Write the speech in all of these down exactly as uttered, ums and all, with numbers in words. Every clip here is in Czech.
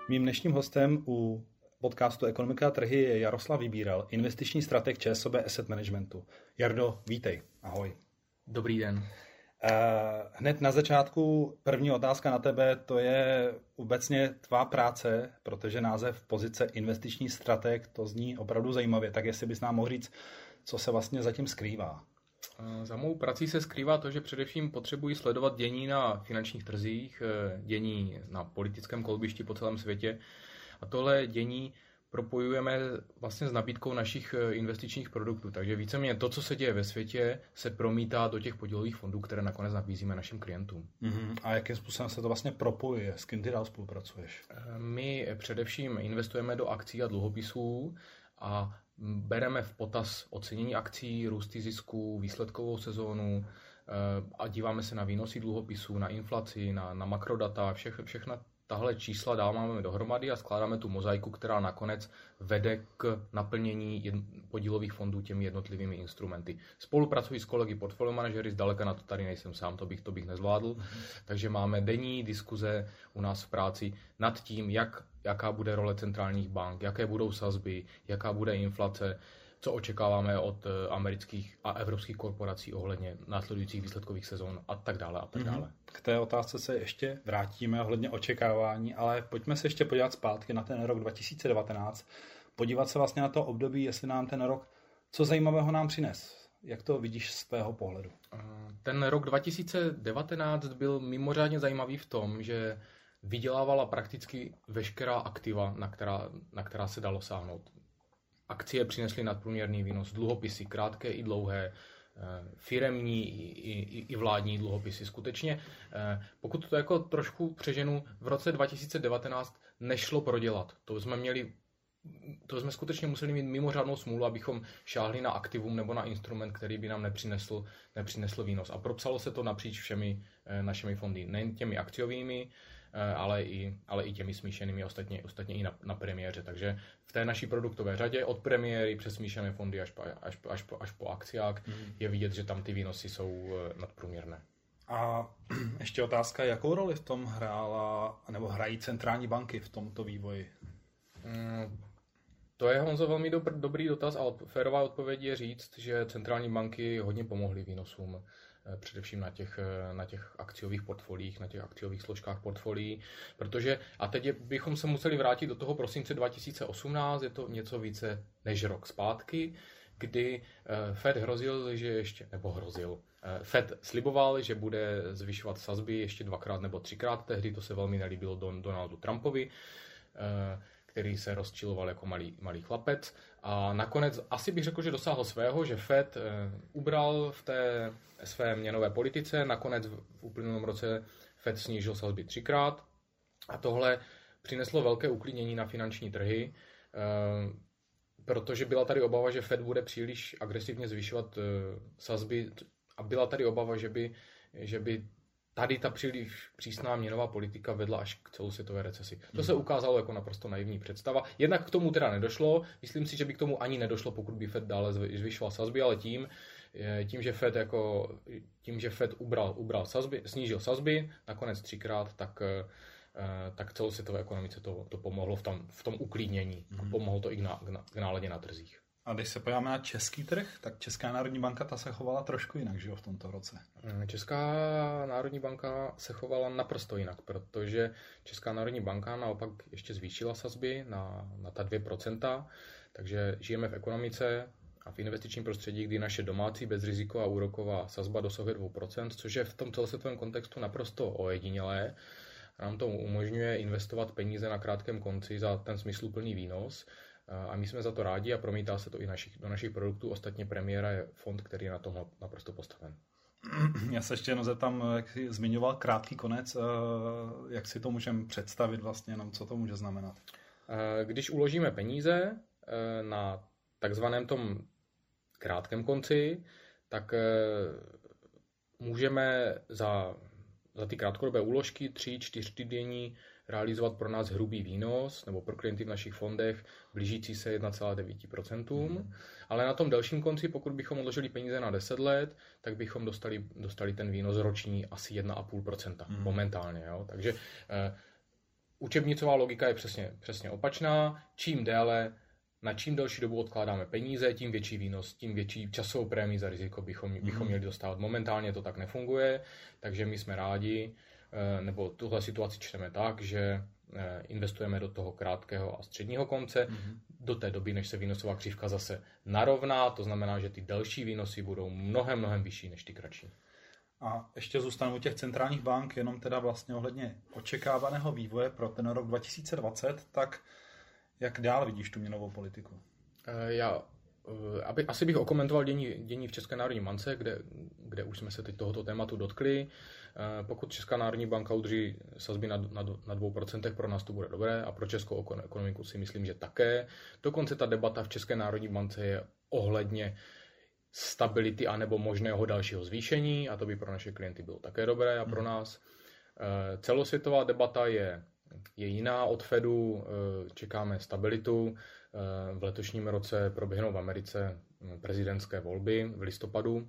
Mým dnešním hostem u podcastu Ekonomika a trhy je Jaroslav Vybíral, investiční strateg ČSOB Asset Managementu. Jardo, vítej. Ahoj. Dobrý den. Hned na začátku první otázka na tebe, to je obecně tvá práce, protože název pozice investiční strateg, to zní opravdu zajímavě. Tak jestli bys nám mohl říct, co se vlastně zatím skrývá. Za mou prací se skrývá to, že především potřebuji sledovat dění na finančních trzích, dění na politickém kolbišti po celém světě. A tohle dění propojujeme vlastně s nabídkou našich investičních produktů. Takže víceméně to, co se děje ve světě, se promítá do těch podílových fondů, které nakonec nabízíme našim klientům. Mm-hmm. A jakým způsobem se to vlastně propojuje? S kým ty dál spolupracuješ? My především investujeme do akcí a dluhopisů a bereme v potaz ocenění akcí, růsty zisků, výsledkovou sezónu a díváme se na výnosy dluhopisů, na inflaci, na, na makrodata, všech, všechna tahle čísla dáváme dohromady a skládáme tu mozaiku, která nakonec vede k naplnění jed, podílových fondů těmi jednotlivými instrumenty. Spolupracuji s kolegy portfolio manažery, zdaleka na to tady nejsem sám, to bych, to bych nezvládl. Mm-hmm. Takže máme denní diskuze u nás v práci nad tím, jak, jaká bude role centrálních bank, jaké budou sazby, jaká bude inflace, co očekáváme od amerických a evropských korporací ohledně následujících výsledkových sezón a tak dále a tak dále. K té otázce se ještě vrátíme ohledně očekávání, ale pojďme se ještě podívat zpátky na ten rok dva tisíce devatenáct, podívat se vlastně na to období, jestli nám ten rok, co zajímavého nám přines. Jak to vidíš z tvého pohledu? Ten rok dva tisíce devatenáct byl mimořádně zajímavý v tom, že vydělávala prakticky veškerá aktiva, na která, na která se dalo sáhnout. Akcie přinesly nadprůměrný výnos, dluhopisy, krátké i dlouhé, firemní i, i, i vládní dluhopisy. Skutečně, pokud to jako trošku přeženu, v roce dva tisíce devatenáct nešlo prodělat. To jsme měli, to jsme skutečně museli mít mimořádnou smůlu, abychom šáhli na aktivum nebo na instrument, který by nám nepřinesl, nepřinesl výnos. A propsalo se to napříč všemi našimi fondy, nejen těmi akciovými, ale i, ale i těmi smíšenými, ostatně, ostatně i na, na premiéře. Takže v té naší produktové řadě od premiéry přes smíšené fondy až, až, až, až po akciák mm. je vidět, že tam ty výnosy jsou nadprůměrné. A ještě otázka, jakou roli v tom hrála, nebo hrají centrální banky v tomto vývoji? Mm, to je, Honzo, velmi dobr, dobrý dotaz, ale férová odpověď je říct, že centrální banky hodně pomohly výnosům, především na těch, na těch akciových portfoliích, na těch akciových složkách portfolií, protože, a teď je, bychom se museli vrátit do toho prosince dva tisíce osmnáct, je to něco více než rok zpátky, kdy Fed hrozil, že ještě, nebo hrozil, Fed sliboval, že bude zvyšovat sazby ještě dvakrát nebo třikrát, tehdy to se velmi nelíbilo Don, Donaldu Trumpovi, který se rozčiloval jako malý, malý chlapec. A nakonec asi bych řekl, že dosáhl svého, že Fed ubral v té své měnové politice. Nakonec v uplynulém roce Fed snížil sazby třikrát. A tohle přineslo velké uklidnění na finanční trhy, protože byla tady obava, že Fed bude příliš agresivně zvyšovat sazby a byla tady obava, že by, že by tady ta příliš přísná měnová politika vedla až k celosvětové recesi. To se ukázalo jako naprosto naivní představa. Jednak k tomu teda nedošlo. Myslím si, že by k tomu ani nedošlo, pokud by Fed dále zvyšoval sazby, ale tím, tím že Fed jako tím, že Fed ubral, ubral sazby, snížil sazby, nakonec třikrát, tak tak celosvětové ekonomice to, to pomohlo v tom, v tom uklidnění. A pomohlo to i k, ná, k náladě na trzích. A když se podíváme na český trh, tak Česká národní banka ta se chovala trošku jinak, že jo, v tomto roce. Česká národní banka se chovala naprosto jinak, protože Česká národní banka naopak ještě zvýšila sazby na, na ta dvě procenta, takže žijeme v ekonomice a v investičním prostředí, kdy naše domácí bezriziková úroková sazba dosahuje dvě procenta, což je v tom celosvětovém kontextu naprosto ojedinělé. Nám to umožňuje investovat peníze na krátkém konci za ten smysluplný výnos. A my jsme za to rádi a promítá se to i našich, do našich produktů. Ostatně premiéra je fond, který je na tom naprosto postaven. Já se ještě jenom zeptám, jak jsi zmiňoval krátký konec, jak si to můžeme představit vlastně, jenom co to může znamenat? Když uložíme peníze na takzvaném tom krátkém konci, tak můžeme za, za ty krátkodobé úložky tři čtyři týdenní realizovat pro nás hrubý výnos, nebo pro klienty v našich fondech blížící se jedna celá devět procenta. Mm. Ale na tom delším konci, pokud bychom odložili peníze na deset let, tak bychom dostali, dostali ten výnos roční asi jedna celá pět procenta mm. momentálně. Jo? Takže eh, učebnicová logika je přesně, přesně opačná. Čím déle, na čím delší dobu odkládáme peníze, tím větší výnos, tím větší časovou prémii za riziko bychom, mm. bychom měli dostávat. Momentálně to tak nefunguje, takže my jsme rádi, nebo tuhle situaci čteme tak, že investujeme do toho krátkého a středního konce, mm-hmm. do té doby, než se výnosová křivka zase narovná, to znamená, že ty další výnosy budou mnohem, mnohem vyšší než ty kratší. A ještě zůstanu u těch centrálních bank, jenom teda vlastně ohledně očekávaného vývoje pro ten rok dva tisíce dvacet, tak jak dál vidíš tu měnovou politiku? Já aby, asi bych okomentoval dění, dění v České národní bance, kde, kde už jsme se teď tohoto tématu dotkli. Pokud Česká národní banka udrží sazby na, na, na dvou procentech, pro nás to bude dobré a pro českou ekonomiku si myslím, že také. Dokonce ta debata v České národní bance je ohledně stability anebo možného dalšího zvýšení a to by pro naše klienty bylo také dobré a pro nás. Celosvětová debata je, je jiná od Fedu, čekáme stabilitu. V letošním roce proběhnou v Americe prezidentské volby v listopadu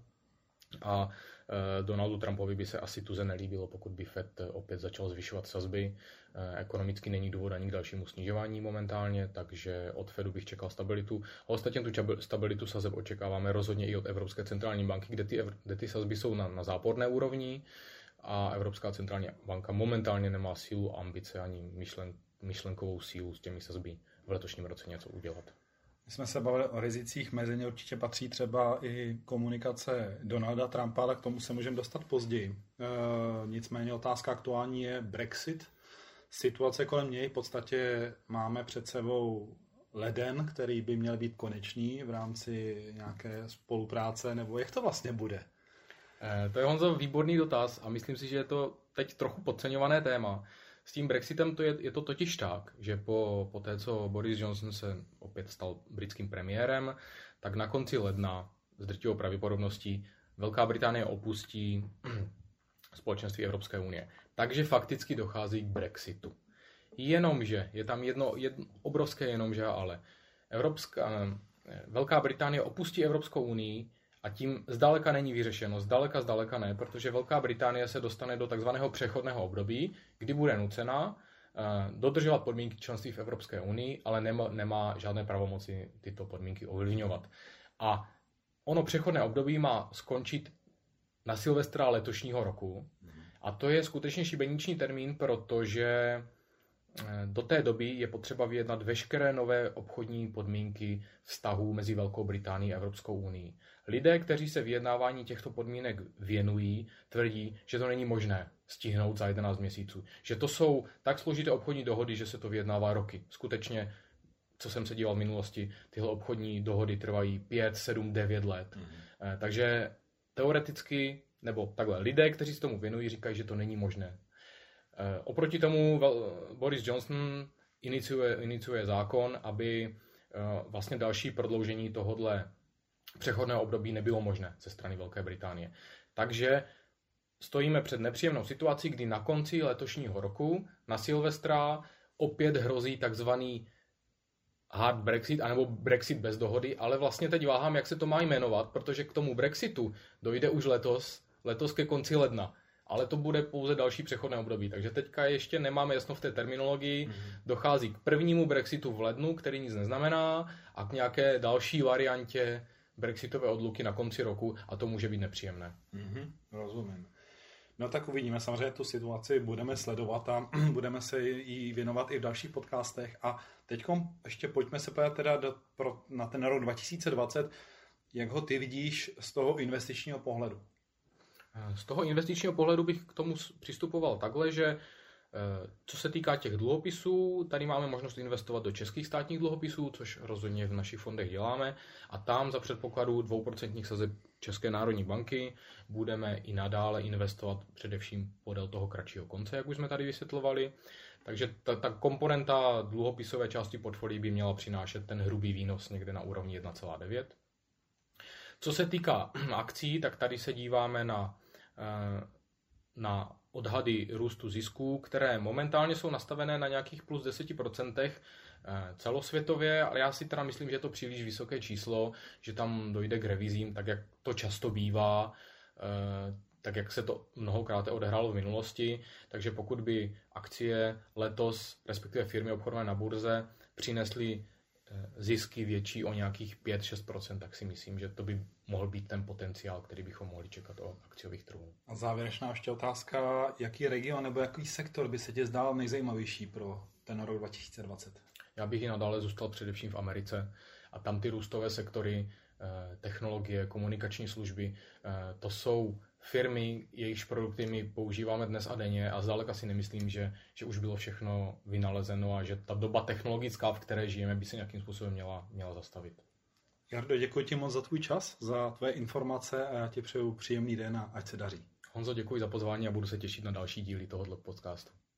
a Donaldu Trumpovi by se asi tuze nelíbilo, pokud by Fed opět začal zvyšovat sazby. Ekonomicky není důvod ani k dalšímu snižování momentálně, takže od Fedu bych čekal stabilitu. A ostatně tu stabilitu sazeb očekáváme rozhodně i od Evropské centrální banky, kde ty, kde ty sazby jsou na, na záporné úrovni a Evropská centrální banka momentálně nemá sílu, ambice ani myšlen, myšlenkovou sílu s těmi sazby v letošním roce něco udělat. My jsme se bavili o rizicích, mezi ně určitě patří třeba i komunikace Donalda Trumpa, ale k tomu se můžeme dostat později. E, nicméně otázka aktuální je Brexit. Situace kolem něj v podstatě máme před sebou leden, který by měl být konečný v rámci nějaké spolupráce, nebo jak to vlastně bude? E, to je, Honzo, výborný dotaz a myslím si, že je to teď trochu podceňované téma. S tím Brexitem to je, je to totiž tak, že po, po té, co Boris Johnson se opět stal britským premiérem, tak na konci ledna s drtivou pravděpodobností Velká Británie opustí společenství Evropské unie. Takže fakticky dochází k Brexitu. Jenomže, je tam jedno, jedno obrovské jenomže ale. Evropská, Velká Británie opustí Evropskou unii a tím zdaleka není vyřešeno, zdaleka, zdaleka ne, protože Velká Británie se dostane do takzvaného přechodného období, kdy bude nucena uh, dodržovat podmínky členství v Evropské unii, ale nemá, nemá žádné pravomoci tyto podmínky ovlivňovat. A ono přechodné období má skončit na Silvestra letošního roku a to je skutečně šibeniční termín, protože do té doby je potřeba vyjednat veškeré nové obchodní podmínky vztahů mezi Velkou Británií a Evropskou unii. Lidé, kteří se vyjednávání těchto podmínek věnují, tvrdí, že to není možné stihnout za jedenáct měsíců. Že to jsou tak složité obchodní dohody, že se to vyjednává roky. Skutečně, co jsem se díval v minulosti, tyhle obchodní dohody trvají pět, sedm, devět let. Mm. Takže teoreticky, nebo takhle, lidé, kteří se tomu věnují, říkají, že to není možné. Oproti tomu Boris Johnson iniciuje, iniciuje zákon, aby vlastně další prodloužení tohodle přechodného období nebylo možné ze strany Velké Británie. Takže stojíme před nepříjemnou situací, kdy na konci letošního roku na Silvestra opět hrozí takzvaný hard Brexit, anebo Brexit bez dohody, ale vlastně teď váhám, jak se to má jmenovat, protože k tomu Brexitu dojde už letos, letos ke konci ledna. Ale to bude pouze další přechodné období. Takže teďka ještě nemáme jasno v té terminologii. Mm-hmm. Dochází k prvnímu Brexitu v lednu, který nic neznamená, a k nějaké další variantě brexitové odluky na konci roku a to může být nepříjemné. Mm-hmm. Rozumím. No tak uvidíme. Samozřejmě tu situaci budeme sledovat a budeme se jí věnovat i v dalších podcastech. A teď ještě pojďme se podívat teda do, pro, na ten rok dva tisíce dvacet. Jak ho ty vidíš z toho investičního pohledu? Z toho investičního pohledu bych k tomu přistupoval takhle, že co se týká těch dluhopisů, tady máme možnost investovat do českých státních dluhopisů, což rozhodně v našich fondech děláme, a tam za předpokladu dvouprocentních sazeb České národní banky budeme i nadále investovat především podél toho kratšího konce, jak už jsme tady vysvětlovali. Takže ta, ta komponenta dluhopisové části portfolií by měla přinášet ten hrubý výnos někde na úrovni jedna celá devět. Co se týká akcí, tak tady se díváme na, na odhady růstu zisků, které momentálně jsou nastavené na nějakých plus deset procent celosvětově, ale já si teda myslím, že je to příliš vysoké číslo, že tam dojde k revizím, tak jak to často bývá. tak jak se to mnohokrát odehrálo v minulosti, takže pokud by akcie letos, respektive firmy obchodované na burze, přinesly zisky větší o nějakých pět až šest procent, tak si myslím, že to by mohl být ten potenciál, který bychom mohli čekat od akciových trhů. A závěrečná ještě otázka, jaký region nebo jaký sektor by se tě zdál nejzajímavější pro ten rok dva tisíce dvacet? Já bych i nadále zůstal především v Americe a tam ty růstové sektory, technologie, komunikační služby, to jsou firmy, jejichž produkty my používáme dnes a denně a zdaleka si nemyslím, že, že už bylo všechno vynalezeno a že ta doba technologická, v které žijeme, by se nějakým způsobem měla, měla zastavit. Jardo, děkuji ti moc za tvůj čas, za tvoje informace a já ti přeju příjemný den a ať se daří. Honzo, děkuji za pozvání a budu se těšit na další díly tohoto podcastu.